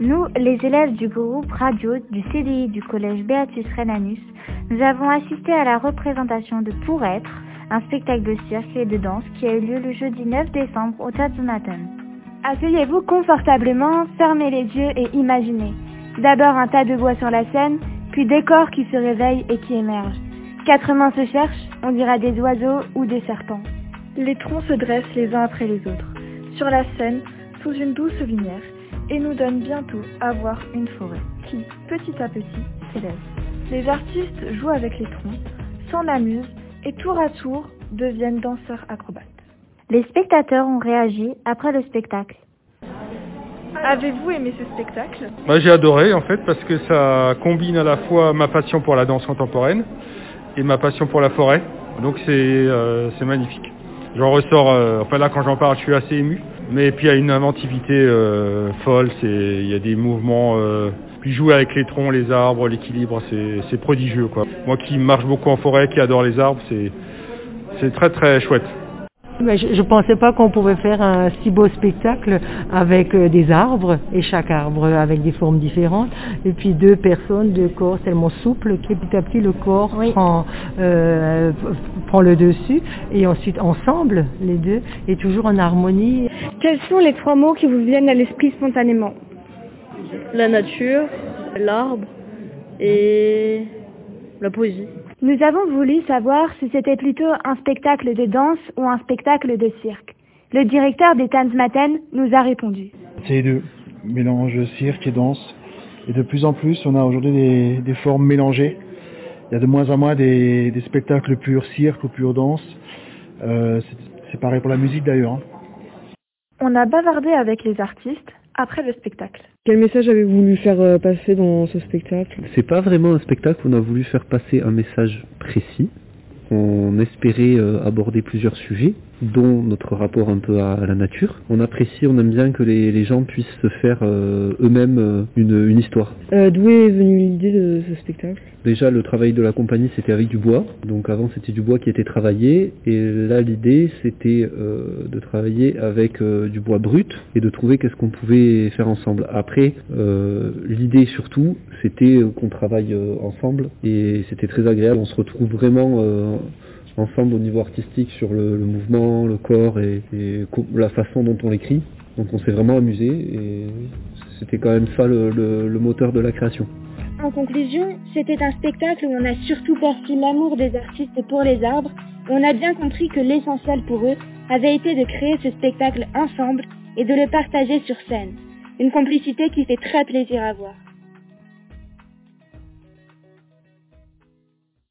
Nous, les élèves du groupe radio du CDI du collège Beatus Rhénanus, nous avons assisté à la représentation de Pour être, un spectacle de cirque et de danse qui a eu lieu le jeudi 9 décembre au Tanzmatten. Asseyez-vous confortablement, fermez les yeux et imaginez. D'abord un tas de bois sur la scène, puis des corps qui se réveillent et qui émergent. 4 mains se cherchent, on dira des oiseaux ou des serpents. Les troncs se dressent les uns après les autres, sur la scène, sous une douce lumière, et nous donne bientôt à voir une forêt qui, petit à petit, s'élève. Les artistes jouent avec les troncs, s'en amusent et tour à tour deviennent danseurs acrobates. Les spectateurs ont réagi après le spectacle. Avez-vous aimé ce spectacle ? J'ai adoré en fait parce que ça combine à la fois ma passion pour la danse contemporaine et ma passion pour la forêt. Donc c'est magnifique. J'en ressors, là quand j'en parle je suis assez ému. Mais puis il y a une inventivité folle, il y a des mouvements, puis jouer avec les troncs, les arbres, l'équilibre, c'est prodigieux quoi. Moi qui marche beaucoup en forêt, qui adore les arbres, c'est très très chouette. Mais je ne pensais pas qu'on pouvait faire un si beau spectacle avec des arbres, et chaque arbre avec des formes différentes, et puis 2 personnes, 2 corps tellement souples que petit à petit le corps prend le dessus, et ensuite ensemble, les deux, et toujours en harmonie. Quels sont les 3 mots qui vous viennent à l'esprit spontanément ? La nature, l'arbre et la poésie. Nous avons voulu savoir si c'était plutôt un spectacle de danse ou un spectacle de cirque. Le directeur des Tanzmatten nous a répondu. C'est les deux, mélange cirque et danse. Et de plus en plus, on a aujourd'hui des formes mélangées. Il y a de moins en moins des spectacles purs cirque ou pure danse. C'est pareil pour la musique d'ailleurs. On a bavardé avec les artistes après le spectacle. Quel message avez-vous voulu faire passer dans ce spectacle ? C'est pas vraiment un spectacle, on a voulu faire passer un message précis. On espérait aborder plusieurs sujets, dont notre rapport un peu à la nature. On apprécie, on aime bien que les gens puissent se faire eux-mêmes une histoire. D'où est venue l'idée de ce spectacle ? Déjà, le travail de la compagnie, c'était avec du bois. Donc avant, c'était du bois qui était travaillé. Et là, l'idée, c'était de travailler avec du bois brut et de trouver qu'est-ce qu'on pouvait faire ensemble. Après, l'idée surtout, c'était qu'on travaille ensemble. Et c'était très agréable. On se retrouve vraiment ensemble au niveau artistique sur le mouvement, le corps et la façon dont on l'écrit. Donc on s'est vraiment amusé et c'était quand même ça le moteur de la création. En conclusion, c'était un spectacle où on a surtout perçu l'amour des artistes pour les arbres et on a bien compris que l'essentiel pour eux avait été de créer ce spectacle ensemble et de le partager sur scène. Une complicité qui fait très plaisir à voir.